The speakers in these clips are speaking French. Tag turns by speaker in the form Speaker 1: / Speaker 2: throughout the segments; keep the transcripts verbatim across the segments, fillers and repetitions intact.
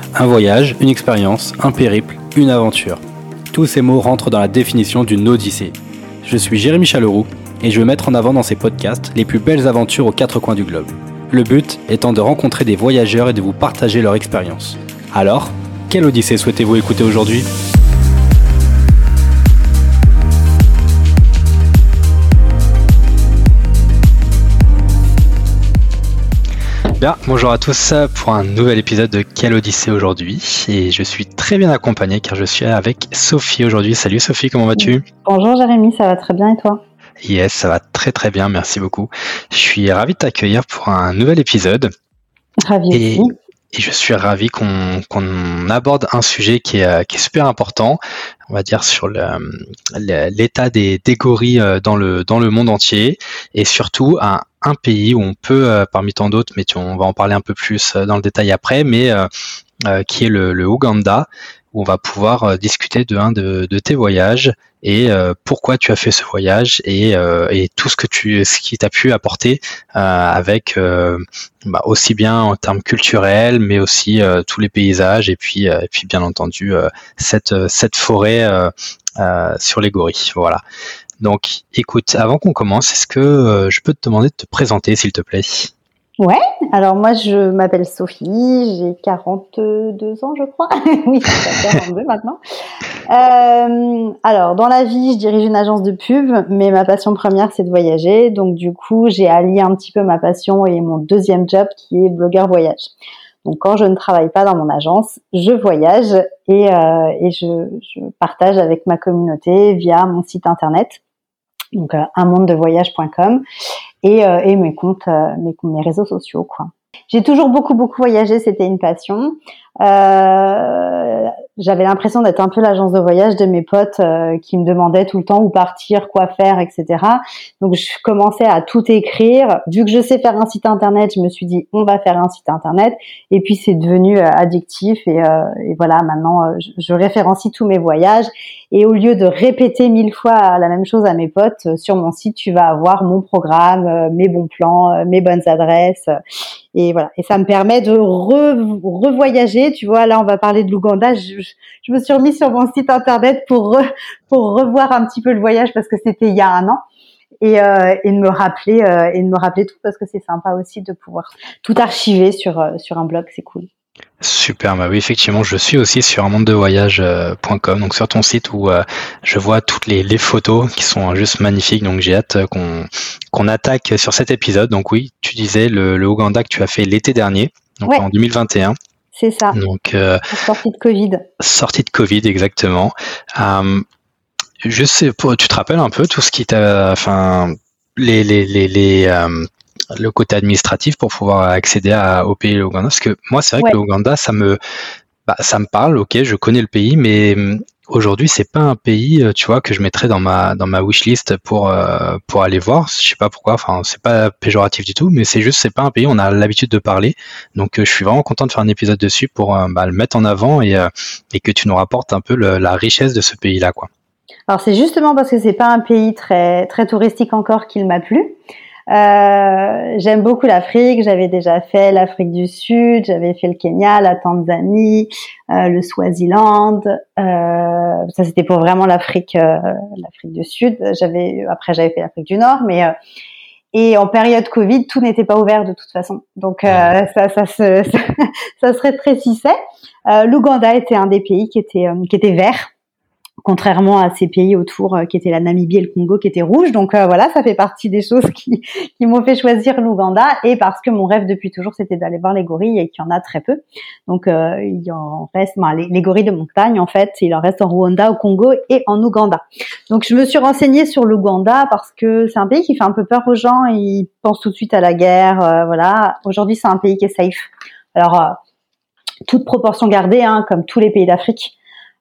Speaker 1: Un voyage, une expérience, un périple, une aventure. Tous ces mots rentrent dans la définition d'une odyssée. Je suis Jérémy Chaleroux et je veux mettre en avant dans ces podcasts les plus belles aventures aux quatre coins du globe. Le but étant de rencontrer des voyageurs et de vous partager leur expérience. Alors, quelle odyssée souhaitez-vous écouter aujourd'hui ? Bien, bonjour à tous pour un nouvel épisode de Quelle Odyssée aujourd'hui, et je suis très bien accompagné car je suis avec Sophie aujourd'hui. Salut Sophie, comment vas-tu ?
Speaker 2: Bonjour Jérémy, ça va très bien et toi ?
Speaker 1: Yes, ça va très très bien, merci beaucoup. Je suis ravi de t'accueillir pour un nouvel épisode.
Speaker 2: Ravi
Speaker 1: et,
Speaker 2: aussi.
Speaker 1: Et je suis ravi qu'on, qu'on aborde un sujet qui est, qui est super important, on va dire sur le, l'état des, des gorilles dans le, dans le monde entier, et surtout un un pays où on peut, euh, parmi tant d'autres, mais tu, on va en parler un peu plus dans le détail après, mais euh, euh, qui est le, le Ouganda, où on va pouvoir euh, discuter de un de, de tes voyages et euh, pourquoi tu as fait ce voyage et, euh, et tout ce que tu, ce qui t'a pu apporter euh, avec euh, bah, aussi bien en termes culturels, mais aussi euh, tous les paysages et puis, euh, et puis bien entendu euh, cette, cette forêt euh, euh, sur les gorilles. Voilà. Donc, écoute, avant qu'on commence, est-ce que euh, je peux te demander de te présenter, s'il te plaît ?
Speaker 2: Ouais, alors moi je m'appelle Sophie, j'ai quarante-deux ans je crois, oui c'est ça, quarante-deux maintenant. Euh, alors dans la vie je dirige une agence de pub, mais ma passion première c'est de voyager, donc du coup j'ai allié un petit peu ma passion et mon deuxième job qui est blogueur voyage. Donc quand je ne travaille pas dans mon agence, je voyage et, euh, et je, je partage avec ma communauté via mon site internet. Donc euh, un monde de voyage point com et, euh, et mes comptes, euh, mes, mes réseaux sociaux, quoi. J'ai toujours beaucoup beaucoup voyagé, c'était une passion. Euh, j'avais l'impression d'être un peu l'agence de voyage de mes potes euh, qui me demandaient tout le temps où partir, quoi faire, et cetera. Donc je commençais à tout écrire. Vu que je sais faire un site internet, je me suis dit on va faire un site internet. Et puis c'est devenu euh, addictif et, euh, et voilà, maintenant euh, je, je référencie tous mes voyages. Et au lieu de répéter mille fois la même chose à mes potes, euh, sur mon site tu vas avoir mon programme, euh, mes bons plans, euh, mes bonnes adresses. Euh, Et voilà, et ça me permet de re, revoyager. Tu vois, là, on va parler de l'Ouganda. Je, je, je me suis remise sur mon site internet pour re, pour revoir un petit peu le voyage parce que c'était il y a un an et, euh, et de me rappeler euh, et de me rappeler tout parce que c'est sympa aussi de pouvoir tout archiver sur euh, sur un blog. C'est cool.
Speaker 1: Super, bah oui, effectivement, je suis aussi sur un monde de voyage point com, donc sur ton site où euh, je vois toutes les, les photos qui sont juste magnifiques, donc j'ai hâte qu'on, qu'on attaque sur cet épisode. Donc oui, tu disais le, le Ouganda que tu as fait l'été dernier, donc ouais. En deux mille vingt et un.
Speaker 2: C'est ça,
Speaker 1: donc, euh,
Speaker 2: sortie de Covid.
Speaker 1: Sortie de Covid, exactement. Euh, je sais, tu te rappelles un peu tout ce qui t'a, enfin, les, les, les, les euh, le côté administratif pour pouvoir accéder à, au pays Ouganda, parce que moi c'est vrai ouais. que le Ouganda ça me bah, ça me parle, ok, je connais le pays, mais aujourd'hui c'est pas un pays, tu vois, que je mettrais dans ma dans ma wishlist pour euh, pour aller voir. Je sais pas pourquoi, enfin c'est pas péjoratif du tout, mais c'est juste c'est pas un pays où on a l'habitude de parler, donc je suis vraiment content de faire un épisode dessus pour euh, bah, le mettre en avant et euh, et que tu nous rapportes un peu le, la richesse de ce pays là, quoi.
Speaker 2: Alors c'est justement parce que c'est pas un pays très très touristique encore qu'il m'a plu. Euh, j'aime beaucoup l'Afrique, j'avais déjà fait l'Afrique du Sud, j'avais fait le Kenya, la Tanzanie, euh, le Swaziland, euh, ça c'était pour vraiment l'Afrique, euh, l'Afrique du Sud. J'avais après j'avais fait l'Afrique du Nord, mais euh, et en période Covid tout n'était pas ouvert de toute façon, donc euh, ça ça se ça, ça se rétrécissait. Euh, L'Ouganda était un des pays qui était euh, qui était vert. Contrairement à ces pays autour euh, qui étaient la Namibie et le Congo qui étaient rouges. Donc euh, voilà, ça fait partie des choses qui, qui m'ont fait choisir l'Ouganda et parce que mon rêve depuis toujours c'était d'aller voir les gorilles et qu'il y en a très peu. Donc euh, il y en reste, ben, les, les gorilles de montagne en fait, il en reste en Rwanda, au Congo et en Ouganda. Donc je me suis renseignée sur l'Ouganda parce que c'est un pays qui fait un peu peur aux gens, ils pensent tout de suite à la guerre, euh, voilà. Aujourd'hui c'est un pays qui est safe. Alors euh, toute proportion gardée, hein, comme tous les pays d'Afrique.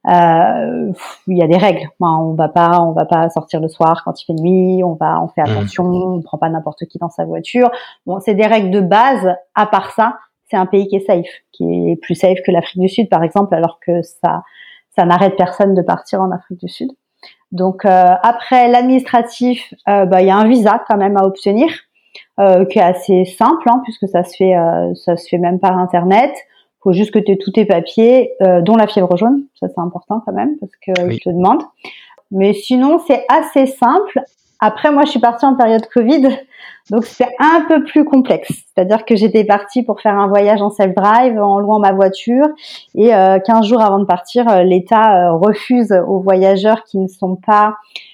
Speaker 2: Euh, il y a des règles. Enfin, on va pas, on va pas sortir le soir quand il fait nuit. On va, on fait attention. On prend pas n'importe qui dans sa voiture. Bon, c'est des règles de base. À part ça, c'est un pays qui est safe, qui est plus safe que l'Afrique du Sud, par exemple, alors que ça, ça n'arrête personne de partir en Afrique du Sud. Donc euh, après l'administratif, euh, bah il y a un visa quand même à obtenir, euh, qui est assez simple, hein, puisque ça se fait, euh, ça se fait même par internet. faut juste que tu aies tous tes papiers, euh, dont la fièvre jaune. Ça, c'est important quand même parce que oui. Ils te le demandent. Mais sinon, c'est assez simple. Après, moi, je suis partie en période Covid, donc c'est un peu plus complexe. C'est-à-dire que j'étais partie pour faire un voyage en self-drive, en louant ma voiture, et euh, quinze jours avant de partir, euh, l'État euh, refuse aux voyageurs qui ne sont pas,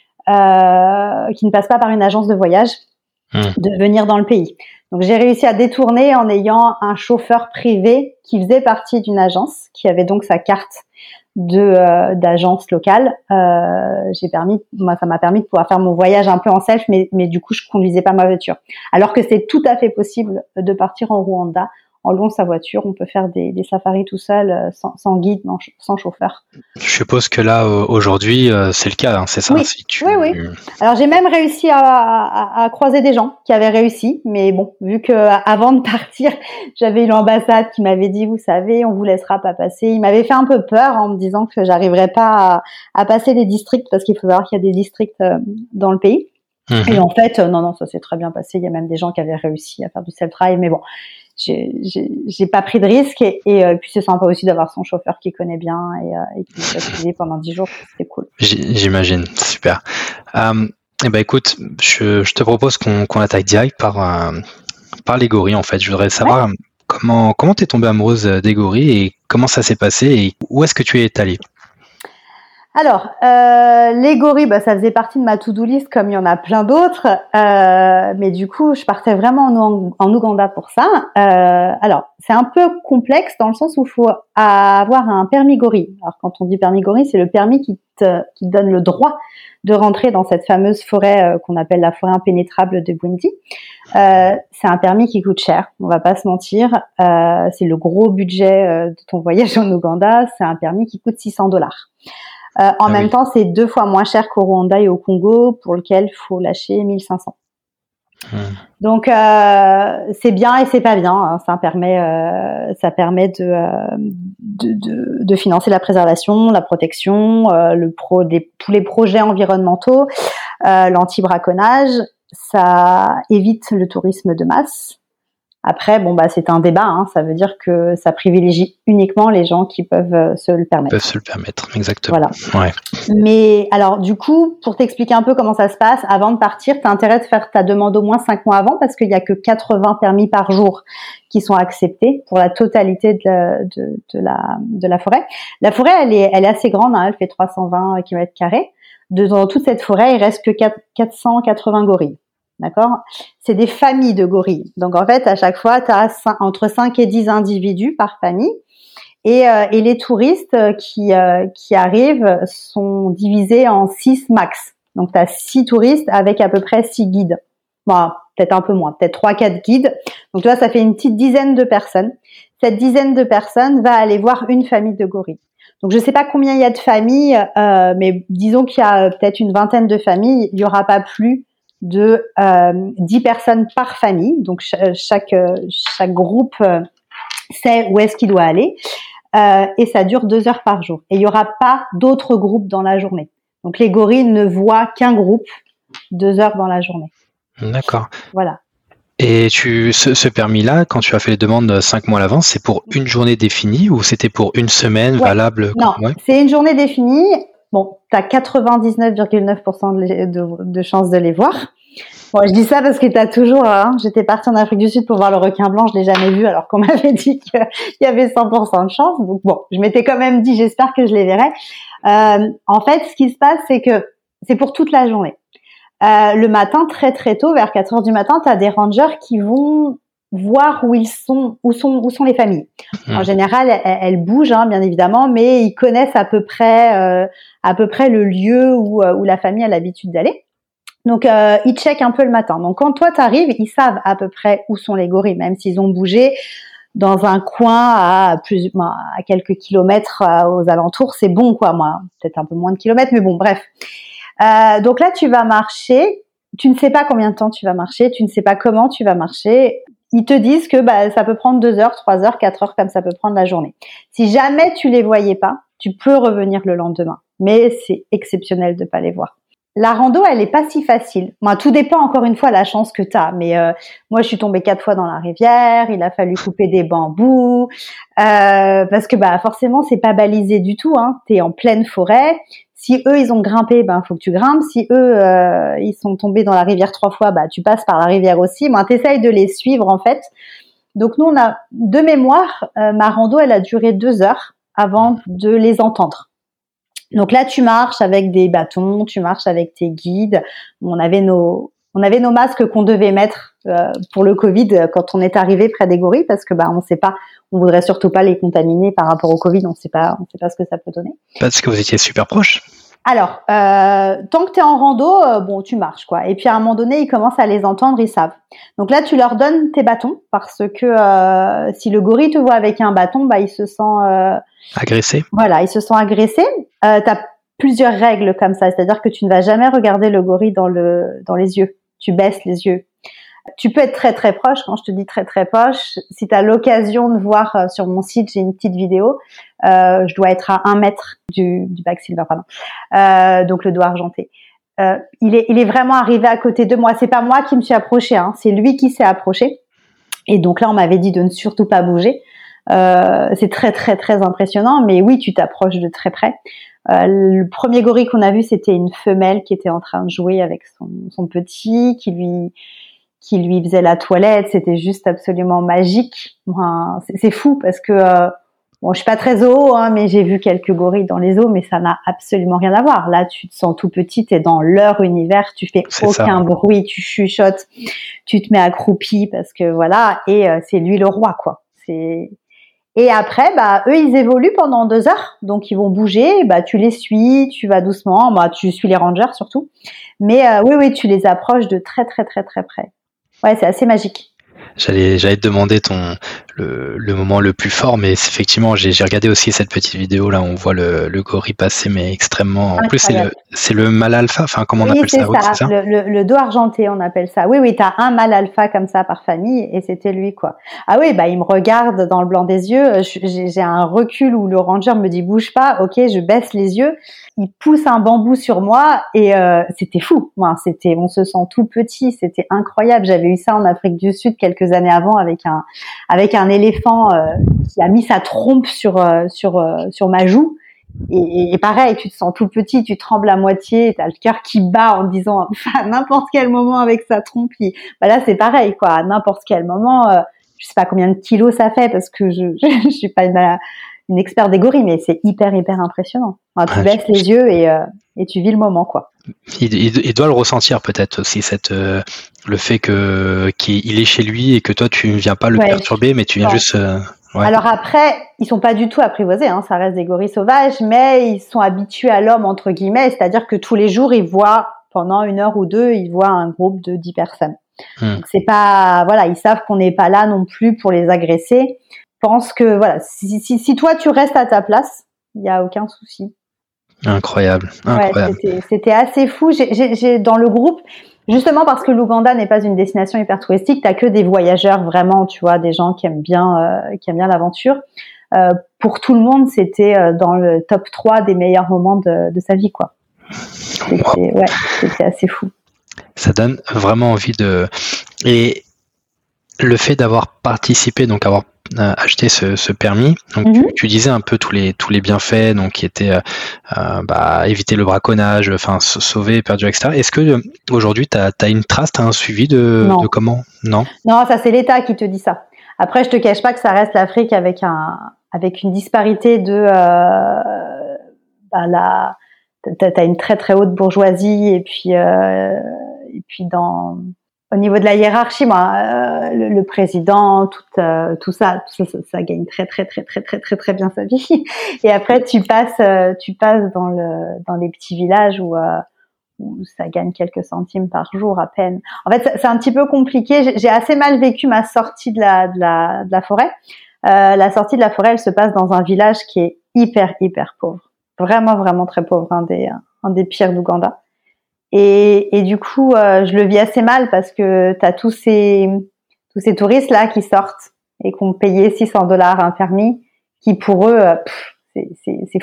Speaker 2: euh, qui ne passent pas par une agence de voyage, mmh. de venir dans le pays. Donc, j'ai réussi à détourner en ayant un chauffeur privé qui faisait partie d'une agence, qui avait donc sa carte de euh, d'agence locale. Euh, j'ai permis, moi, ça m'a permis de pouvoir faire mon voyage un peu en self, mais mais du coup, je conduisais pas ma voiture. Alors que c'est tout à fait possible de partir en Rwanda en louant sa voiture. On peut faire des, des safaris tout seul, sans, sans guide, non, sans chauffeur.
Speaker 1: Je suppose que là, aujourd'hui, c'est le cas, hein, c'est ça?
Speaker 2: Oui,
Speaker 1: si tu...
Speaker 2: oui, oui. Alors, j'ai même réussi à, à, à croiser des gens qui avaient réussi, mais bon, vu que avant de partir, j'avais eu l'ambassade qui m'avait dit, vous savez, on vous laissera pas passer. Il m'avait fait un peu peur en me disant que j'arriverais pas à, à passer les districts, parce qu'il faut savoir qu'il y a des districts dans le pays. Mmh. Et en fait, non, non, ça s'est très bien passé. Il y a même des gens qui avaient réussi à faire du self-drive, mais bon. J'ai, j'ai, j'ai pas pris de risque et, et, et puis c'est sympa aussi d'avoir son chauffeur qui connaît bien et, euh, et qui nous a suivi pendant dix jours, c'était cool.
Speaker 1: J'imagine, super. Euh, eh ben écoute, je, je te propose qu'on, qu'on attaque direct par euh, par les gorilles en fait. Je voudrais savoir ouais. comment comment t'es tombée amoureuse des gorilles et comment ça s'est passé et où est-ce que tu es allée?
Speaker 2: Alors, euh, les gorilles, bah, ça faisait partie de ma to-do list comme il y en a plein d'autres. Euh, mais du coup, je partais vraiment en, en Ouganda pour ça. Euh, alors, c'est un peu complexe dans le sens où il faut avoir un permis gorille. Alors, quand on dit permis gorille, c'est le permis qui te, qui te donne le droit de rentrer dans cette fameuse forêt euh, qu'on appelle la forêt impénétrable de Bwindi. Euh, c'est un permis qui coûte cher, on va pas se mentir. Euh, c'est le gros budget euh, de ton voyage en Ouganda. C'est un permis qui coûte six cents dollars. Euh, en ah même oui. temps, c'est deux fois moins cher qu'au Rwanda et au Congo, pour lequel il faut lâcher mille cinq cents. Hum. Donc, euh, c'est bien et c'est pas bien. Hein. Ça permet, euh, ça permet de, euh, de, de, de financer la préservation, la protection, euh, le pro, des, tous les projets environnementaux, euh, l'anti-braconnage. Ça évite le tourisme de masse. Après, bon bah c'est un débat. Hein, ça veut dire que ça privilégie uniquement les gens qui peuvent se le permettre.
Speaker 1: Peuvent se le permettre, exactement.
Speaker 2: Voilà. Ouais. Mais alors du coup, pour t'expliquer un peu comment ça se passe, avant de partir, t'as intérêt de faire ta demande au moins cinq mois avant parce qu'il y a que quatre-vingts permis par jour qui sont acceptés pour la totalité de la, de, de la, de la forêt. La forêt, elle est, elle est assez grande. Hein, elle fait trois cent vingt kilomètres carrés. Dans toute cette forêt, il reste que quatre cent quatre-vingts gorilles. D'accord? C'est des familles de gorilles. Donc, en fait, à chaque fois, tu as entre cinq et dix individus par famille. Et, euh, et les touristes qui, euh, qui arrivent sont divisés en six max. Donc, tu as six touristes avec à peu près six guides. Bon, peut-être un peu moins, peut-être trois, quatre guides. Donc, tu vois, ça fait une petite dizaine de personnes. Cette dizaine de personnes va aller voir une famille de gorilles. Donc, je sais pas combien il y a de familles, euh, mais disons qu'il y a peut-être une vingtaine de familles. Il y aura pas plus de euh, dix personnes par famille. Donc, ch- chaque, chaque groupe euh, sait où est-ce qu'il doit aller. Euh, et ça dure deux heures par jour. Et il n'y aura pas d'autres groupes dans la journée. Donc, les gorilles ne voient qu'un groupe deux heures dans la journée.
Speaker 1: D'accord.
Speaker 2: Voilà.
Speaker 1: Et tu, ce, ce permis-là, quand tu as fait les demandes cinq mois à l'avance, c'est pour une journée définie ou c'était pour une semaine ouais. valable?
Speaker 2: Non, ouais. C'est une journée définie. Bon, tu as quatre-vingt-dix-neuf virgule neuf pour cent de, de, de chances de les voir. Bon, je dis ça parce que tu as toujours... Hein, j'étais partie en Afrique du Sud pour voir le requin blanc, je l'ai jamais vu alors qu'on m'avait dit qu'il y avait cent pour cent de chance. Donc bon, je m'étais quand même dit, j'espère que je les verrai. Euh, en fait, ce qui se passe, c'est que c'est pour toute la journée. Euh, le matin, très très tôt, vers quatre heures du matin, tu as des rangers qui vont voir où ils sont, où sont, où sont les familles. Mmh. En général, elles, elles bougent, hein, bien évidemment, mais ils connaissent à peu près, euh, à peu près le lieu où, où la famille a l'habitude d'aller. Donc, euh, ils checkent un peu le matin. Donc, quand toi t'arrives, ils savent à peu près où sont les gorilles, même s'ils ont bougé dans un coin à plus, à quelques kilomètres aux alentours. C'est bon, quoi. Moi, peut-être un peu moins de kilomètres, mais bon, bref. Euh, donc là, tu vas marcher. Tu ne sais pas combien de temps tu vas marcher. Tu ne sais pas comment tu vas marcher. Ils te disent que bah, ça peut prendre deux heures, trois heures, quatre heures, comme ça peut prendre la journée. Si jamais tu les voyais pas, tu peux revenir le lendemain. Mais c'est exceptionnel de pas les voir. La rando, elle est pas si facile. Moi, tout dépend encore une fois de la chance que t'as. Mais euh, moi, je suis tombée quatre fois dans la rivière. Il a fallu couper des bambous euh, parce que bah forcément, c'est pas balisé du tout. Hein. T'es en pleine forêt. Si eux, ils ont grimpé, ben faut que tu grimpes. Si eux, euh, ils sont tombés dans la rivière trois fois, bah tu passes par la rivière aussi. Moi, t'essayes de les suivre en fait. Donc nous, on a de mémoire, euh, ma rando, elle a duré deux heures avant de les entendre. Donc là, tu marches avec des bâtons, tu marches avec tes guides. On avait nos, on avait nos masques qu'on devait mettre euh, pour le Covid quand on est arrivé près des gorilles, parce que bah on sait pas, on voudrait surtout pas les contaminer par rapport au Covid. On sait pas, on sait pas ce que ça peut donner.
Speaker 1: Parce que vous étiez super proches.
Speaker 2: Alors, euh, tant que tu es en rando, euh, bon, tu marches quoi. Et puis à un moment donné, ils commencent à les entendre, ils savent. Donc là, tu leur donnes tes bâtons parce que euh, si le gorille te voit avec un bâton, bah il se sent euh,
Speaker 1: agressé.
Speaker 2: Voilà, ils se sont agressés. Euh, tu as plusieurs règles comme ça, c'est-à-dire que tu ne vas jamais regarder le gorille dans le dans les yeux. Tu baisses les yeux. Tu peux être très très proche. Quand je te dis très très proche, si tu as l'occasion de voir euh, sur mon site, j'ai une petite vidéo. Euh, je dois être à un mètre du, du back silver, pardon. Euh, donc le doigt argenté. Euh, il est il est vraiment arrivé à côté de moi. C'est pas moi qui me suis approchée, hein, c'est lui qui s'est approché. Et donc là, on m'avait dit de ne surtout pas bouger. Euh, c'est très très très impressionnant. Mais oui, tu t'approches de très près. Euh, le premier gorille qu'on a vu, c'était une femelle qui était en train de jouer avec son, son petit, qui lui qui lui faisait la toilette. C'était juste absolument magique. Enfin, c'est, c'est fou parce que euh, bon, je suis pas très zoo, hein, mais j'ai vu quelques gorilles dans les zoos, mais ça n'a absolument rien à voir. Là, tu te sens tout petit, t'es dans leur univers, tu fais c'est aucun ça. bruit, tu chuchotes, tu te mets accroupi parce que voilà, et euh, c'est lui le roi, quoi. C'est Et après, bah eux, ils évoluent pendant deux heures, donc ils vont bouger. Bah tu les suis, tu vas doucement. Bah tu suis les rangers surtout. Mais euh, oui, oui, tu les approches de très, très, très, très près. Ouais, c'est assez magique.
Speaker 1: J'allais, j'allais te demander ton le, le moment le plus fort, mais effectivement, j'ai, j'ai regardé aussi cette petite vidéo là. Où on voit le, le gorille passer, mais extrêmement. En Incroyable. plus, c'est le, c'est le mâle alpha. Enfin, comment on
Speaker 2: oui,
Speaker 1: appelle
Speaker 2: c'est
Speaker 1: ça,
Speaker 2: ça.
Speaker 1: oui, c'est ça
Speaker 2: le, le, le dos argenté, on appelle ça. Oui, oui, t'as un mâle alpha comme ça par famille, et c'était lui, quoi. Ah oui, bah il me regarde dans le blanc des yeux. J'ai, j'ai un recul où le ranger me dit bouge pas. Ok, je baisse les yeux. Il pousse un bambou sur moi et euh, c'était fou. Moi, c'était, on se sent tout petit, c'était incroyable. J'avais eu ça en Afrique du Sud quelques années avant avec un avec un éléphant euh, qui a mis sa trompe sur euh, sur euh, sur ma joue. Et, et pareil, tu te sens tout petit, tu trembles à moitié, t'as le cœur qui bat en disant à n'importe quel moment avec sa trompe. Il... Bah là, c'est pareil, quoi. À n'importe quel moment, euh, je sais pas combien de kilos ça fait parce que je je, je suis pas une une experte des gorilles, mais c'est hyper hyper impressionnant. Enfin, tu ah, baisses je... les yeux et euh, et tu vis le moment, quoi.
Speaker 1: Il, il, il doit le ressentir peut-être aussi cette euh, le fait que qu'il est chez lui et que toi tu ne viens pas le ouais, perturber, mais tu viens juste. Euh,
Speaker 2: ouais. Alors après, ils sont pas du tout apprivoisés, hein, ça reste des gorilles sauvages, mais ils sont habitués à l'homme entre guillemets, c'est-à-dire que tous les jours ils voient pendant une heure ou deux, ils voient un groupe de dix personnes. Hmm. Donc c'est pas voilà, ils savent qu'on n'est pas là non plus pour les agresser. Je pense que voilà, si, si, si toi tu restes à ta place, il y a aucun souci.
Speaker 1: Incroyable, incroyable.
Speaker 2: Ouais, c'était, c'était assez fou. J'ai, j'ai, j'ai dans le groupe, justement parce que l'Ouganda n'est pas une destination hyper touristique, t'as que des voyageurs vraiment, tu vois, des gens qui aiment bien, euh, qui aiment bien l'aventure. Euh, pour tout le monde, c'était euh, dans le top trois des meilleurs moments de, de sa vie, quoi. C'était, wow. Ouais, c'était assez fou.
Speaker 1: Ça donne vraiment envie de. Et le fait d'avoir participé, donc avoir euh, acheté ce, ce permis, donc mm-hmm. tu, tu disais un peu tous les tous les bienfaits, donc qui étaient euh, bah, éviter le braconnage, enfin sauver, perdu, et cetera. Est-ce que euh, aujourd'hui tu as une trace, tu as un suivi de, de comment? Non.
Speaker 2: Non, ça c'est l'État qui te dit ça. Après, je te cache pas que ça reste l'Afrique avec un avec une disparité de euh, bah, la t'as, t'as une très très haute bourgeoisie et puis euh, et puis dans au niveau de la hiérarchie, moi, euh, le, le président, tout, euh, tout ça, tout ça, ça, ça gagne très, très, très, très, très, très, très bien sa vie. Et après, tu passes, euh, tu passes dans le, dans les petits villages où, euh, où ça gagne quelques centimes par jour à peine. En fait, c'est un petit peu compliqué. J'ai, j'ai assez mal vécu ma sortie de la, de la, de la forêt. Euh, la sortie de la forêt, elle se passe dans un village qui est hyper, hyper pauvre. Vraiment, vraiment très pauvre, un des, un des pires d'Ouganda. Et, et du coup, euh, je le vis assez mal parce que t'as tous ces tous ces touristes là qui sortent et qui ont payé six cents dollars un permis, qui pour eux, pff, c'est, c'est, c'est fou.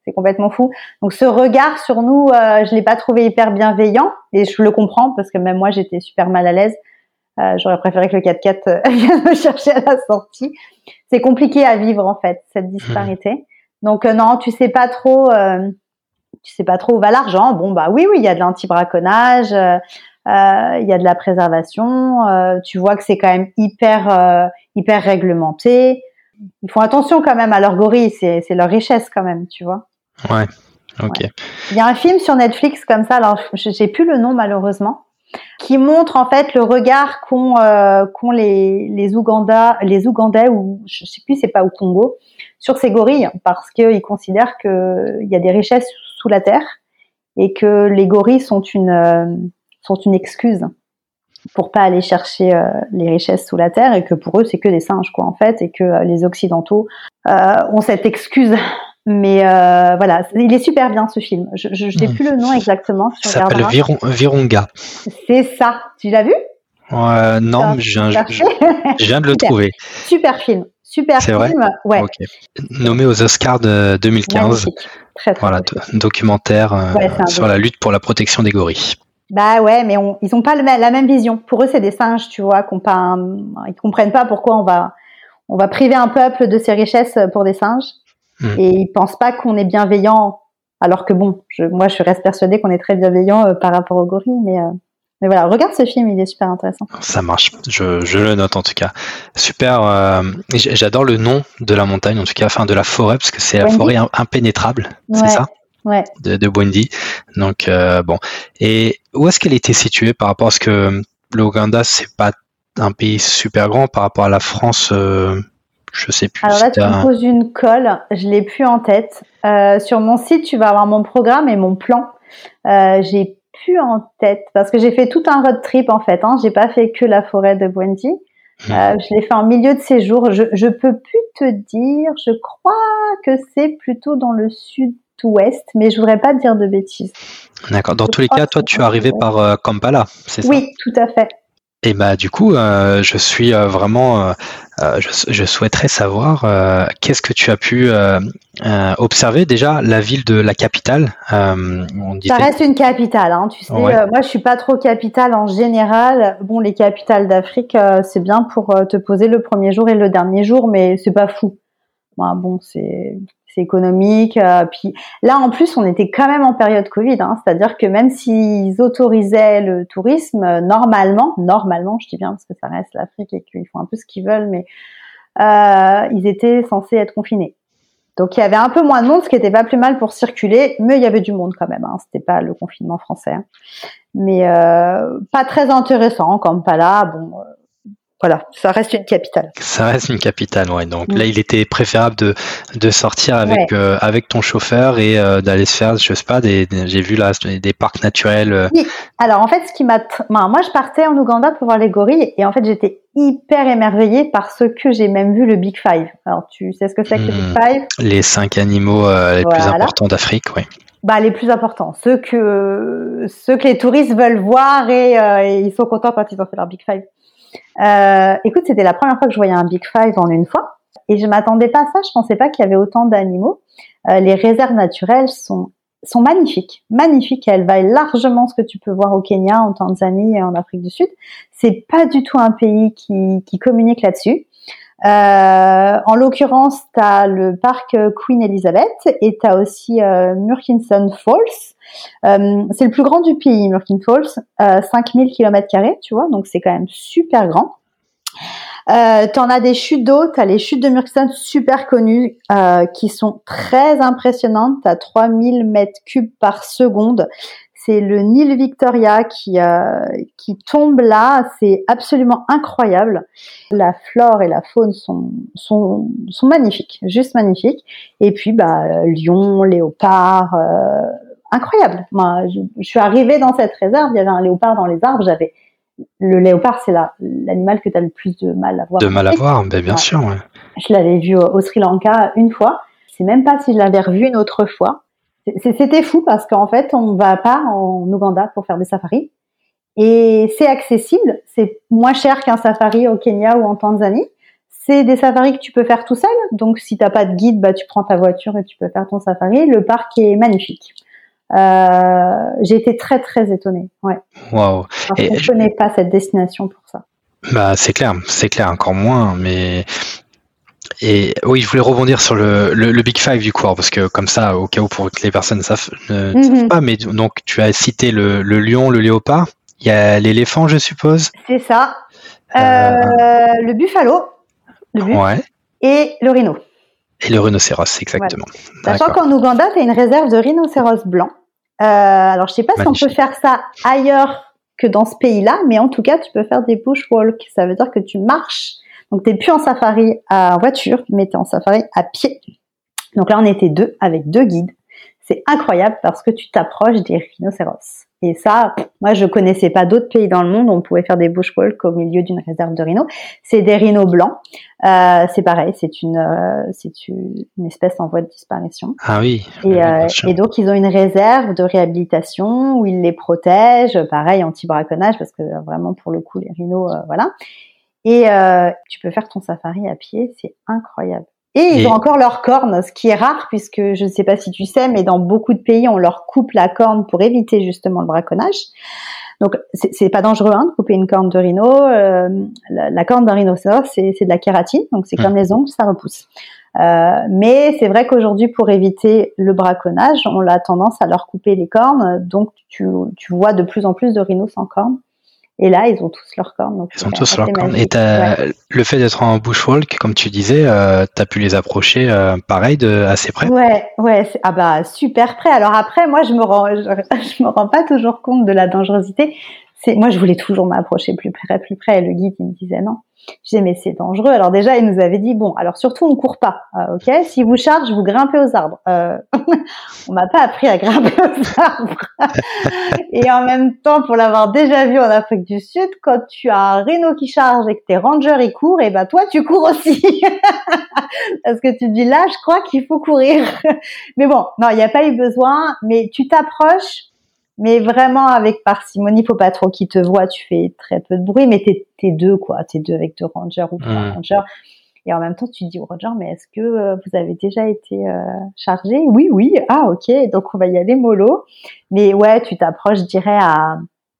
Speaker 2: c'est complètement fou. Donc ce regard sur nous, euh, je l'ai pas trouvé hyper bienveillant et je le comprends parce que même moi j'étais super mal à l'aise. Euh, j'aurais préféré que le quatre-quatre vienne me chercher à la sortie. C'est compliqué à vivre en fait cette disparité. Donc euh, non, tu sais pas trop, euh, tu sais pas trop où va l'argent. Bon bah oui oui, il y a de l'anti-braconnage, euh, euh, il y a de la préservation. Euh, tu vois que c'est quand même hyper euh, hyper réglementé. Ils font attention quand même à leurs gorilles, c'est c'est leur richesse quand même, tu vois.
Speaker 1: Ouais. Ok.
Speaker 2: Ouais. Il y a un film sur Netflix comme ça, alors j'ai plus le nom malheureusement, qui montre en fait le regard qu'ont euh, qu'ont les les Ouganda, les Ougandais ou je sais plus c'est pas au Congo sur ces gorilles parce qu'ils considèrent que il y a des richesses sous la terre et que les gorilles sont une euh, sont une excuse pour pas aller chercher euh, les richesses sous la terre et que pour eux c'est que des singes quoi en fait et que euh, les occidentaux euh, ont cette excuse. Mais euh, voilà, il est super bien ce film. Je je sais plus le nom exactement.
Speaker 1: Ça s'appelle Viron, Virunga.
Speaker 2: C'est ça. Tu l'as vu?
Speaker 1: Euh, non, mais je viens, je, je viens de le
Speaker 2: super.
Speaker 1: trouver.
Speaker 2: Super film. Super
Speaker 1: C'est
Speaker 2: film.
Speaker 1: Vrai
Speaker 2: ouais.
Speaker 1: Okay. Nommé aux Oscars de deux mille quinze.
Speaker 2: Très, très
Speaker 1: voilà, de, documentaire euh, ouais, sur la lutte pour la protection des gorilles.
Speaker 2: Bah ouais, mais on, ils ont pas le, la même vision. Pour eux, c'est des singes, tu vois, qu'on pas, un, ils comprennent pas pourquoi on va, on va priver un peuple de ses richesses pour des singes. Mmh. Et ils pensent pas qu'on est bienveillant, alors que bon, je, moi, je reste persuadée qu'on est très bienveillant euh, par rapport aux gorilles, mais. Euh, Mais voilà, regarde ce film, il est super intéressant.
Speaker 1: Ça marche, je, je le note en tout cas. Super, euh, j'adore le nom de la montagne, en tout cas, enfin de la forêt, parce que c'est la forêt impénétrable,
Speaker 2: ouais,
Speaker 1: c'est ça
Speaker 2: ouais.
Speaker 1: de, de Bwendi. Donc, euh, bon. Et où est-ce qu'elle était située par rapport à ce que l'Ouganda, c'est pas un pays super grand par rapport à la France euh, je sais plus.
Speaker 2: Alors là, tu me poses une colle, je l'ai plus en tête. Euh, sur mon site, tu vas avoir mon programme et mon plan. Euh, j'ai plus en tête parce que j'ai fait tout un road trip en fait. Hein. J'ai pas fait que la forêt de Bwendi. Mmh. Euh, je l'ai fait en milieu de séjour. Je je peux plus te dire. Je crois que c'est plutôt dans le sud-ouest, mais je voudrais pas te dire de bêtises.
Speaker 1: D'accord. Dans je tous les cas, toi, tu es arrivé par euh, Kampala, c'est ça?
Speaker 2: Oui, tout à fait.
Speaker 1: Et bah du coup, euh, je suis euh, vraiment, euh, je, je souhaiterais savoir euh, qu'est-ce que tu as pu euh, euh, observer déjà la ville de la capitale. Euh,
Speaker 2: on disait... Ça reste une capitale, hein, tu sais. Ouais. Euh, moi, je suis pas trop capitale en général. Bon, les capitales d'Afrique, euh, c'est bien pour euh, te poser le premier jour et le dernier jour, mais c'est pas fou. Bon, bon c'est c'est économique. Euh, puis là, en plus, on était quand même en période Covid, hein, c'est-à-dire que même s'ils autorisaient le tourisme, euh, normalement, normalement, je dis bien parce que ça reste l'Afrique et qu'ils font un peu ce qu'ils veulent, mais euh, ils étaient censés être confinés. Donc il y avait un peu moins de monde, ce qui était pas plus mal pour circuler, mais il y avait du monde quand même. Hein, c'était pas le confinement français, hein. Mais euh, pas très intéressant, comme pas là. Bon. Euh, Voilà, ça reste une capitale.
Speaker 1: Ça reste une capitale, ouais. Donc mmh. là, il était préférable de de sortir avec ouais. euh, avec ton chauffeur et euh, d'aller se faire, je sais pas, des, des j'ai vu là des parcs naturels. Euh...
Speaker 2: Oui. Alors en fait, ce qui m'a, tr... moi, je partais en Ouganda pour voir les gorilles et en fait, j'étais hyper émerveillée parce que j'ai même vu le Big Five. Alors tu sais ce que c'est que mmh. le Big Five?
Speaker 1: Les cinq animaux euh, les voilà. plus importants d'Afrique, oui.
Speaker 2: Bah les plus importants, ceux que ceux que les touristes veulent voir et, euh, et ils sont contents quand ils ont fait leur Big Five. Euh, écoute, c'était la première fois que je voyais un Big Five en une fois et je m'attendais pas à ça. Je pensais pas qu'il y avait autant d'animaux. Euh, les réserves naturelles sont sont magnifiques, magnifiques. Elles valent largement ce que tu peux voir au Kenya, en Tanzanie et en Afrique du Sud. C'est pas du tout un pays qui qui communique là-dessus. Euh, en l'occurrence, t'as le parc Queen Elizabeth et t'as aussi euh, Murchison Falls. Euh, c'est le plus grand du pays, Murchison Falls, euh, cinq mille kilomètres carrés, tu vois, donc c'est quand même super grand. Euh, t'en as des chutes d'eau, t'as les chutes de Murchison super connues, euh, qui sont très impressionnantes. T'as trois mille mètres cubes par seconde. C'est le Nil Victoria qui euh, qui tombe là, c'est absolument incroyable. La flore et la faune sont sont sont magnifiques, juste magnifiques. Et puis bah lions, léopards, euh, incroyable. Moi, je, je suis arrivée dans cette réserve, il y avait un léopard dans les arbres. J'avais le léopard, c'est la, l'animal que tu as le plus de mal à voir.
Speaker 1: De mal à voir, ben bien ouais. sûr. Ouais.
Speaker 2: Je l'avais vu au, au Sri Lanka une fois. Je sais même pas si je l'avais revu une autre fois. C'était fou parce qu'en fait, on va pas en Ouganda pour faire des safaris. Et c'est accessible. C'est moins cher qu'un safari au Kenya ou en Tanzanie. c'est des safaris que tu peux faire tout seul. Donc, si t'as pas de guide, bah, tu prends ta voiture et tu peux faire ton safari. Le parc est magnifique. Euh, j'ai été très, très étonnée. Ouais.
Speaker 1: Waouh.
Speaker 2: Parce que je connais pas cette destination pour ça.
Speaker 1: Bah, c'est clair, c'est clair, encore moins, mais. Et oui, je voulais rebondir sur le, le, le Big Five du coup, parce que comme ça, au cas où pour que les personnes ne savent, ne
Speaker 2: Mhm.
Speaker 1: savent pas, mais donc tu as cité le, le lion, le léopard, il y a l'éléphant, je suppose.
Speaker 2: C'est ça. Euh,
Speaker 1: Euh,
Speaker 2: le buffalo, le buffle,
Speaker 1: Ouais.
Speaker 2: et le rhino.
Speaker 1: Et le rhinocéros, exactement.
Speaker 2: Sachant
Speaker 1: D'accord.
Speaker 2: qu'en Ouganda, tu as une réserve de rhinocéros blanc. Euh, alors, je sais pas si on
Speaker 1: Magnifique.
Speaker 2: peut faire ça ailleurs que dans ce pays-là, mais en tout cas, tu peux faire des bushwalks. Ça veut dire que tu marches. Donc, t'es plus en safari en voiture, mais t'es en safari à pied. Donc là, on était deux avec deux guides. C'est incroyable parce que tu t'approches des rhinocéros. Et ça, moi, je connaissais pas d'autres pays dans le monde où on pouvait faire des bushwalks au milieu d'une réserve de rhinos. C'est des rhinos blancs. Euh, c'est pareil, c'est une, euh, c'est une, une espèce en voie de disparition.
Speaker 1: Ah oui.
Speaker 2: Et,
Speaker 1: oui,
Speaker 2: euh,
Speaker 1: bien sûr.
Speaker 2: et donc, ils ont une réserve de réhabilitation où ils les protègent, pareil, anti-braconnage, parce que vraiment, pour le coup, les rhinos, euh, voilà. Et euh, tu peux faire ton safari à pied, c'est incroyable. Et ils
Speaker 1: Et-
Speaker 2: ont encore leurs cornes, ce qui est rare, puisque je ne sais pas si tu sais, mais dans beaucoup de pays, on leur coupe la corne pour éviter justement le braconnage. Donc, c'est, c'est pas dangereux hein, de couper une corne de rhino. Euh, la, la corne d'un rhinocéros, c'est, c'est de la kératine, donc c'est
Speaker 1: Mmh.
Speaker 2: comme les ongles, ça repousse. Euh, mais c'est vrai qu'aujourd'hui, pour éviter le braconnage, on a tendance à leur couper les cornes. Donc, tu, tu vois de plus en plus de rhinos sans cornes. Et là, ils ont tous leurs cornes. Donc
Speaker 1: Ils ont
Speaker 2: c'est
Speaker 1: tous
Speaker 2: assez
Speaker 1: leurs cornes. Et
Speaker 2: magique.
Speaker 1: t'as-
Speaker 2: Ouais.
Speaker 1: le fait d'être en bushwalk, comme tu disais, euh, tu as pu les approcher euh, pareil, de assez près.
Speaker 2: Ouais, ouais, c'est- ah bah super près. Alors après, moi je me rends, je, je me rends pas toujours compte de la dangerosité. C'est, moi je voulais toujours m'approcher plus près, plus près. Et le guide il me disait non. Je disais mais c'est dangereux. Alors déjà il nous avait dit bon, alors surtout on court pas, euh, ok. Si vous chargez, vous grimpez aux arbres. Euh, on m'a pas appris à grimper aux arbres. Et en même temps, pour l'avoir déjà vu en Afrique du Sud, quand tu as un rhino qui charge et que tes rangers ils courent, et ben toi tu cours aussi. Parce que tu te dis là, je crois qu'il faut courir. Mais bon, non, il n'y a pas eu besoin, mais tu t'approches, mais vraiment avec parcimonie, faut pas trop qu'ils te voient, tu fais très peu de bruit, mais t'es, t'es deux, quoi, t'es deux avec deux rangers ou trois
Speaker 1: Mmh.
Speaker 2: rangers. Et en même temps, tu dis au ranger, mais est-ce que euh, vous avez déjà été euh, chargé? Oui, oui, ah ok, donc on va y aller mollo. Mais ouais, tu t'approches, je dirais, à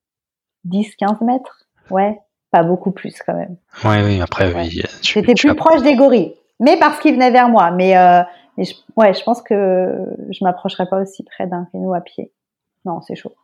Speaker 2: dix quinze mètres. Ouais, pas beaucoup plus quand même.
Speaker 1: Oui, oui, après,
Speaker 2: Ouais.
Speaker 1: oui. tu-
Speaker 2: J'étais
Speaker 1: tu
Speaker 2: plus
Speaker 1: as-
Speaker 2: proche des gorilles, mais parce qu'ils venaient vers moi. Mais, euh, mais je, ouais, je pense que je m'approcherais pas aussi près d'un rhino à pied. Non, c'est chaud.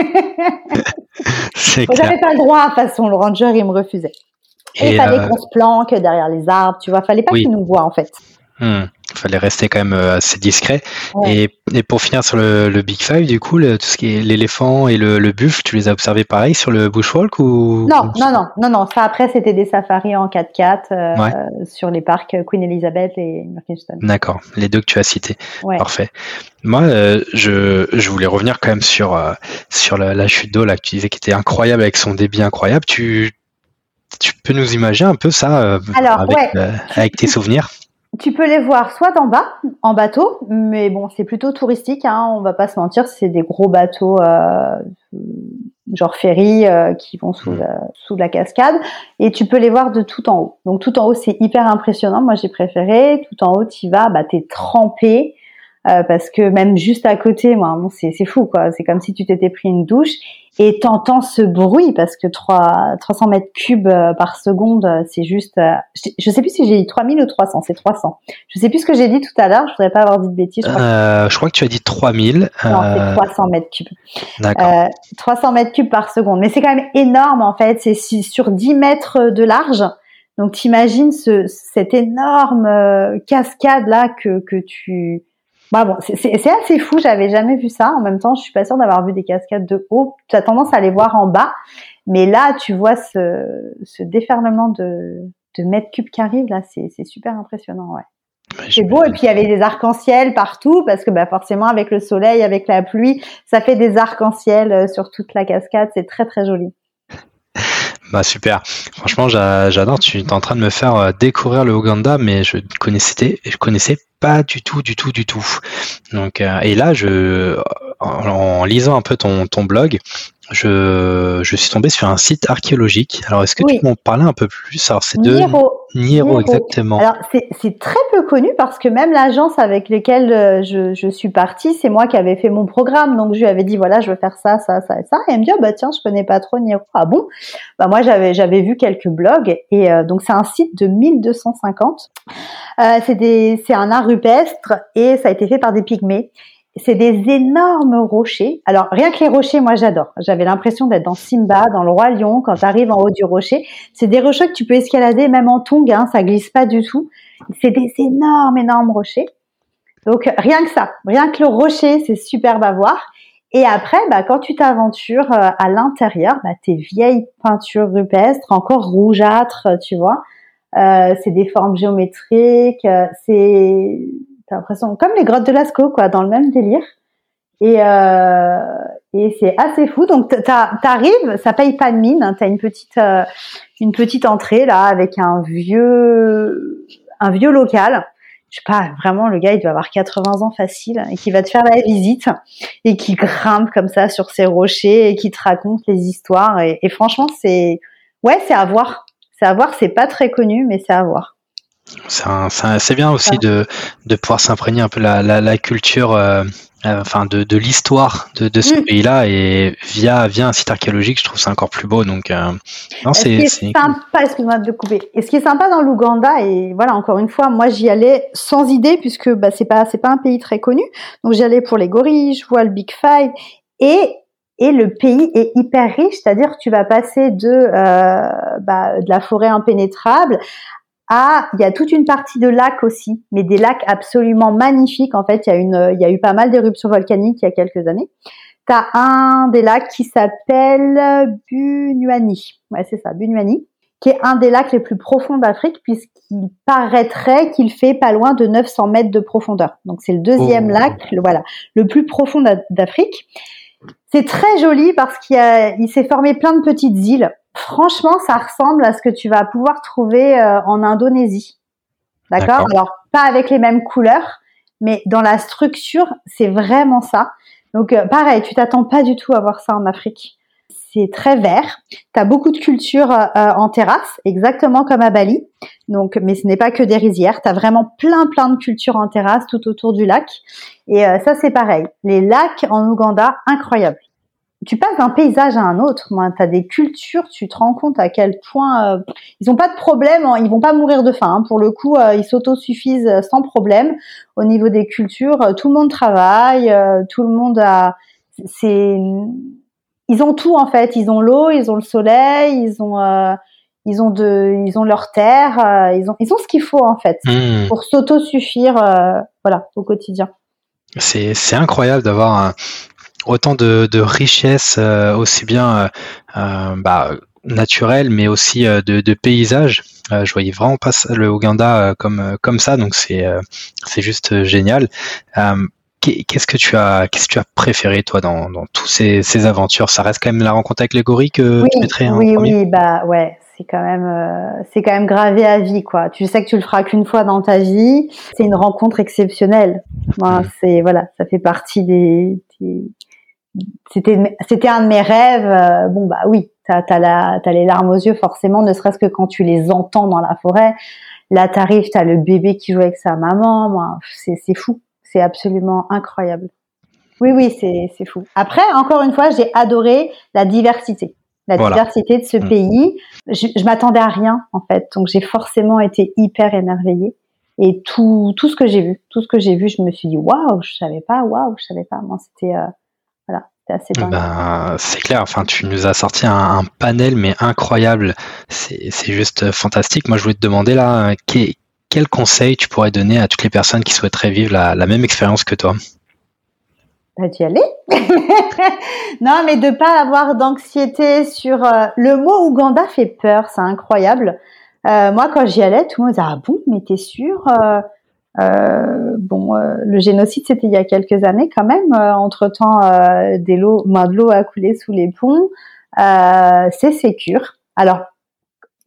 Speaker 1: C'est
Speaker 2: Moi,
Speaker 1: clair.
Speaker 2: j'avais pas le droit, de toute façon, le ranger, il me refusait. Et il
Speaker 1: Et
Speaker 2: fallait
Speaker 1: euh,
Speaker 2: qu'on se planque derrière les arbres, tu vois. Fallait pas
Speaker 1: oui.
Speaker 2: qu'ils nous voient, en fait.
Speaker 1: hmm, fallait rester quand même euh, assez discret.
Speaker 2: Ouais.
Speaker 1: Et, et pour finir sur le, le Big Five, du coup, le- tout ce qui est l'éléphant et le, le buffle, tu les as observés pareil sur le bushwalk ou
Speaker 2: Non, non, non, non, non. Ça, après, c'était des safaris en quatre-quatre euh,
Speaker 1: Ouais.
Speaker 2: sur les parcs Queen Elizabeth et Murchison.
Speaker 1: D'accord, les deux que tu as cités.
Speaker 2: Ouais.
Speaker 1: Parfait. Moi, euh, je, je voulais revenir quand même sur, euh, sur la, la chute d'eau là, que tu disais qui était incroyable avec son débit incroyable. Tu, tu peux nous imaginer un peu ça euh,
Speaker 2: Alors,
Speaker 1: avec,
Speaker 2: ouais.
Speaker 1: euh, avec tes souvenirs?
Speaker 2: Tu peux les voir soit d'en bas, en bateau, mais bon, c'est plutôt touristique, hein, on va pas se mentir, c'est des gros bateaux euh, genre ferry euh, qui vont sous la, sous la cascade, et tu peux les voir de tout en haut. Donc tout en haut, c'est hyper impressionnant, moi j'ai préféré. Tout en haut, tu vas, bah t'es trempé, euh, parce que même juste à côté, moi, bon, c'est c'est fou quoi, c'est comme si tu t'étais pris une douche. Et t'entends ce bruit parce que trois cents mètres cubes par seconde, c'est juste. Euh, je, je sais plus si j'ai dit trois mille ou trois cents, c'est trois cents. Je sais plus ce que j'ai dit tout à l'heure. Je voudrais pas avoir dit de bêtises. Je crois,
Speaker 1: Euh, je crois que tu as dit trois mille.
Speaker 2: que... Non,
Speaker 1: euh,
Speaker 2: c'est trois cents mètres cubes.
Speaker 1: D'accord.
Speaker 2: Euh, trois cents mètres cubes par seconde, mais c'est quand même énorme en fait. C'est sur dix mètres de large. Donc t'imagines ce, cette énorme euh, cascade là que que tu Bah bon, c'est, c'est, c'est assez fou, j'avais jamais vu ça. En même temps, je suis pas sûre d'avoir vu des cascades de haut. Tu as tendance à les voir en bas, mais là, tu vois ce, ce déferlement de, de mètres cubes qui arrive, là, c'est, c'est super impressionnant, ouais.
Speaker 1: Ouais,
Speaker 2: C'est beau, et puis il y avait des arcs-en-ciel partout, parce que bah, forcément, avec le soleil, avec la pluie, ça fait des arcs-en-ciel sur toute la cascade, c'est très très joli.
Speaker 1: Bah super. Franchement, j'a- j'adore. Tu es en train de me faire euh, découvrir le Ouganda, mais je connaissais, je connaissais pas du tout, du tout, du tout. Donc, euh, et là, je, en, en lisant un peu ton, ton blog, je, je suis tombé sur un site archéologique. Alors, est-ce que tu
Speaker 2: Oui.
Speaker 1: peux m'en parler un peu plus? Alors, c'est de
Speaker 2: Niero.
Speaker 1: Niero, exactement.
Speaker 2: Alors, c'est, c'est très peu connu parce que même l'agence avec laquelle euh, je, je suis partie, c'est moi qui avais fait mon programme. Donc, je lui avais dit, voilà, je veux faire ça, ça, ça et ça. Et elle me dit, oh, bah, tiens, je connais pas trop Niero. Ah bon? Bah, moi, j'avais, j'avais vu quelques blogs. Et euh, donc, c'est un site de mille deux cent cinquante. Euh, c'est des, c'est un art rupestre et ça a été fait par des pygmées. C'est des énormes rochers. Alors, rien que les rochers, moi, j'adore. J'avais l'impression d'être dans Simba, dans le Roi Lion, quand tu arrives en haut du rocher. C'est des rochers que tu peux escalader même en tongs, hein, ça glisse pas du tout. C'est des énormes, énormes rochers. Donc, rien que ça, rien que le rocher, c'est superbe à voir. Et après, bah, quand tu t'aventures euh, à l'intérieur, bah, tes vieilles peintures rupestres, encore rougeâtres, tu vois. Euh, c'est des formes géométriques, euh, c'est... T'as l'impression, comme les grottes de Lascaux, quoi, dans le même délire. Et, euh, et c'est assez fou. Donc, t'as, t'arrives, ça paye pas de mine. Hein, t'as une petite, euh, une petite entrée là avec un vieux, un vieux local. Je sais pas, vraiment, le gars, il doit avoir quatre-vingts ans facile et qui va te faire la visite et qui grimpe comme ça sur ses rochers et qui te raconte les histoires. Et, et franchement, c'est, ouais, c'est à voir. C'est à voir. C'est pas très connu, mais c'est à voir.
Speaker 1: C'est, un, c'est, un, c'est bien aussi de, de pouvoir s'imprégner un peu la, la, la culture, euh, euh, enfin de, de l'histoire de, de ce mmh. pays-là, et via, via un site archéologique, je trouve ça encore plus beau. Donc, euh, non, c'est,
Speaker 2: ce qui est
Speaker 1: c'est
Speaker 2: sympa, cool. Excuse-moi de te couper. Et ce qui est sympa dans l'Ouganda, et voilà, encore une fois, moi j'y allais sans idée puisque bah c'est pas c'est pas un pays très connu. Donc j'y allais pour les gorilles, je vois le Big Five et Et le pays est hyper riche, c'est-à-dire que tu vas passer de euh, bah, de la forêt impénétrable à, il y a toute une partie de lacs aussi, mais des lacs absolument magnifiques. En fait, il y a une, il y a eu pas mal d'éruptions volcaniques il y a quelques années. T'as un des lacs qui s'appelle Bunyani. Ouais, c'est ça, Bunyani, qui est un des lacs les plus profonds d'Afrique puisqu'il paraîtrait qu'il fait pas loin de neuf cents mètres de profondeur. Donc c'est le deuxième oh. lac, le, voilà, le plus profond d'Afrique. C'est très joli parce qu'il y a, il s'est formé plein de petites îles. Franchement, ça ressemble à ce que tu vas pouvoir trouver euh, en Indonésie. D'accord, D'accord. Alors, pas avec les mêmes couleurs, mais dans la structure, c'est vraiment ça. Donc, euh, pareil, tu t'attends pas du tout à voir ça en Afrique. C'est très vert. Tu as beaucoup de cultures euh, en terrasse, exactement comme à Bali. Donc, mais ce n'est pas que des rizières. Tu as vraiment plein, plein de cultures en terrasse tout autour du lac. Et euh, ça, c'est pareil. Les lacs en Ouganda, incroyables. Tu passes d'un paysage à un autre. Moi, tu as des cultures, tu te rends compte à quel point euh, ils ont pas de problème, hein, ils vont pas mourir de faim. Hein. Pour le coup, euh, ils s'autosuffisent sans problème. Au niveau des cultures, euh, tout le monde travaille, euh, tout le monde a. C'est, ils ont tout en fait. Ils ont l'eau, ils ont le soleil, ils ont, euh, ils ont de, ils ont leur terre, euh, ils ont, ils ont ce qu'il faut en fait mmh. pour s'autosuffire, euh, voilà, au quotidien.
Speaker 1: C'est, c'est incroyable d'avoir un autant de, de richesses, euh, aussi bien euh, euh, bah, naturelles, mais aussi euh, de, de paysages. Euh, je voyais vraiment pas le Ouganda euh, comme comme ça, donc c'est euh, c'est juste génial. Euh, qu'est-ce que tu as qu'est-ce que tu as préféré toi dans dans tous ces ces aventures? Ça reste quand même la rencontre avec les gorilles que
Speaker 2: oui,
Speaker 1: tu mettrais en
Speaker 2: oui,
Speaker 1: premier?
Speaker 2: Oui, bah ouais. C'est quand même, euh, c'est quand même gravé à vie, quoi. Tu sais que tu le feras qu'une fois dans ta vie. C'est une rencontre exceptionnelle. Moi, mmh. c'est voilà, ça fait partie des, des C'était, c'était un de mes rêves. Euh, bon, bah oui, t'as, t'as, la, t'as les larmes aux yeux, forcément, ne serait-ce que quand tu les entends dans la forêt. Là, t'arrives, t'as le bébé qui joue avec sa maman. Moi, c'est, c'est fou. C'est absolument incroyable. Oui, oui, c'est, c'est fou. Après, encore une fois, j'ai adoré la diversité. La voilà. diversité de ce mmh. pays. Je, je m'attendais à rien, en fait. Donc, j'ai forcément été hyper émerveillée. Et tout, tout ce que j'ai vu, tout ce que j'ai vu, je me suis dit, waouh, je savais pas, waouh, je savais pas. Moi, c'était, euh, voilà, c'était assez dingue.
Speaker 1: Ben, c'est clair. Enfin, tu nous as sorti un, un panel, mais incroyable. C'est, c'est juste fantastique. Moi, je voulais te demander là, quel, quel conseil tu pourrais donner à toutes les personnes qui souhaiteraient vivre la, la même expérience que toi?
Speaker 2: Bah, d'y aller. Non, mais de pas avoir d'anxiété sur euh, le mot Ouganda fait peur, c'est incroyable. Euh, moi, quand j'y allais, tout le monde disait ah bon, mais t'es sûr? Euh, euh, bon, euh, le génocide c'était il y a quelques années quand même. Euh, entre temps, euh, des lots, moins de l'eau a coulé sous les ponts. Euh, c'est sécure. Alors,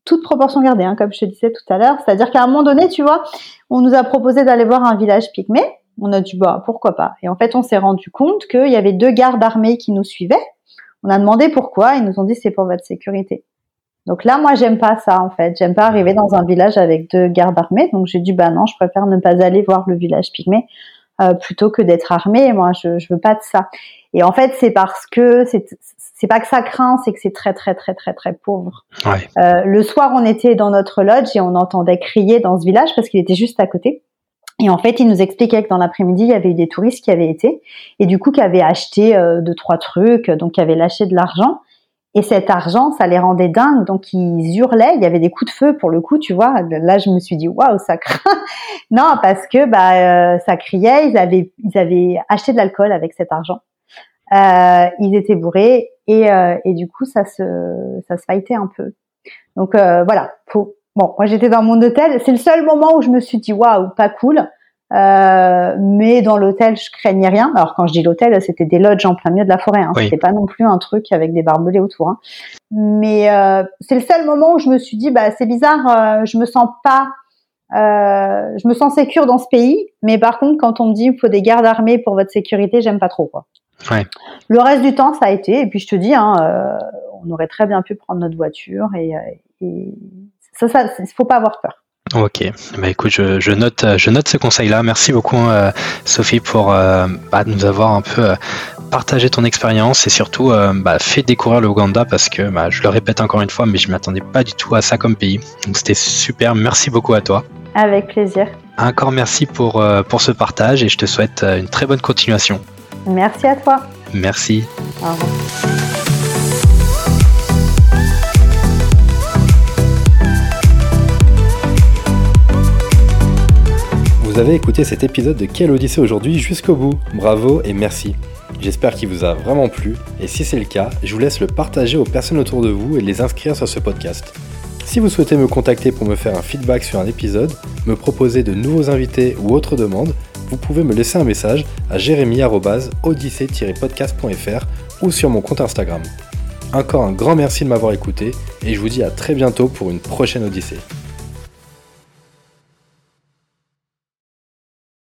Speaker 2: toute proportion gardée, hein, comme je te disais tout à l'heure. C'est-à-dire qu'à un moment donné, tu vois, on nous a proposé d'aller voir un village pygmée. On a dit, bah, pourquoi pas. Et en fait, on s'est rendu compte qu'il y avait deux gardes armés qui nous suivaient. On a demandé pourquoi. Ils nous ont dit, c'est pour votre sécurité. Donc là, moi, j'aime pas ça, en fait. J'aime pas arriver dans un village avec deux gardes armés. Donc j'ai dit, bah non, je préfère ne pas aller voir le village pygmée euh, plutôt que d'être armée. Moi, je, je veux pas de ça. Et en fait, c'est parce que c'est, c'est pas que ça craint, c'est que c'est très, très, très, très, très pauvre.
Speaker 1: Ouais.
Speaker 2: Euh, le soir, on était dans notre lodge et on entendait crier dans ce village parce qu'il était juste à côté. Et en fait, il nous expliquait que dans l'après-midi, il y avait eu des touristes qui avaient été et du coup, qui avaient acheté euh, deux, trois trucs, donc qui avaient lâché de l'argent. Et cet argent, ça les rendait dingues, donc ils hurlaient. Il y avait des coups de feu pour le coup, tu vois. Là, je me suis dit waouh, ça craint. Non, parce que bah euh, ça criait. Ils avaient ils avaient acheté de l'alcool avec cet argent. Euh, ils étaient bourrés et euh, et du coup, ça se ça se fightait un peu. Donc euh, voilà. Faut, bon, moi j'étais dans mon hôtel. C'est le seul moment où je me suis dit waouh, pas cool. Euh, mais dans l'hôtel, je craignais rien. Alors quand je dis l'hôtel, c'était des lodges en plein milieu de la forêt. Hein. Oui. C'était pas non plus un truc avec des barbelés autour. Hein. Mais euh, c'est le seul moment où je me suis dit, bah c'est bizarre, euh, je me sens pas, euh, je me sens sécure dans ce pays. Mais par contre, quand on me dit il faut des gardes armés pour votre sécurité, j'aime pas trop quoi.
Speaker 1: Ouais.
Speaker 2: Le reste du temps, ça a été. Et puis je te dis, hein, euh, on aurait très bien pu prendre notre voiture et, et ça, ça, faut pas avoir peur.
Speaker 1: Ok, bah écoute, je, je note, je note ce conseil-là. Merci beaucoup, euh, Sophie, pour euh, bah, nous avoir un peu euh, partagé ton expérience et surtout euh, bah, fait découvrir le Ouganda parce que, bah, je le répète encore une fois, mais je m'attendais pas du tout à ça comme pays. Donc c'était super. Merci beaucoup à toi.
Speaker 2: Avec plaisir.
Speaker 1: Encore merci pour euh, pour ce partage et je te souhaite une très bonne continuation.
Speaker 2: Merci à toi.
Speaker 1: Merci.
Speaker 2: Au revoir.
Speaker 3: Vous avez écouté cet épisode de Quelle Odyssée aujourd'hui jusqu'au bout. Bravo et merci. J'espère qu'il vous a vraiment plu et si c'est le cas, je vous laisse le partager aux personnes autour de vous et les inscrire sur ce podcast. Si vous souhaitez me contacter pour me faire un feedback sur un épisode, me proposer de nouveaux invités ou autres demandes, vous pouvez me laisser un message à jérémy arobase odyssée tiret podcast point f r ou sur mon compte Instagram. Encore un grand merci de m'avoir écouté et je vous dis à très bientôt pour une prochaine Odyssée.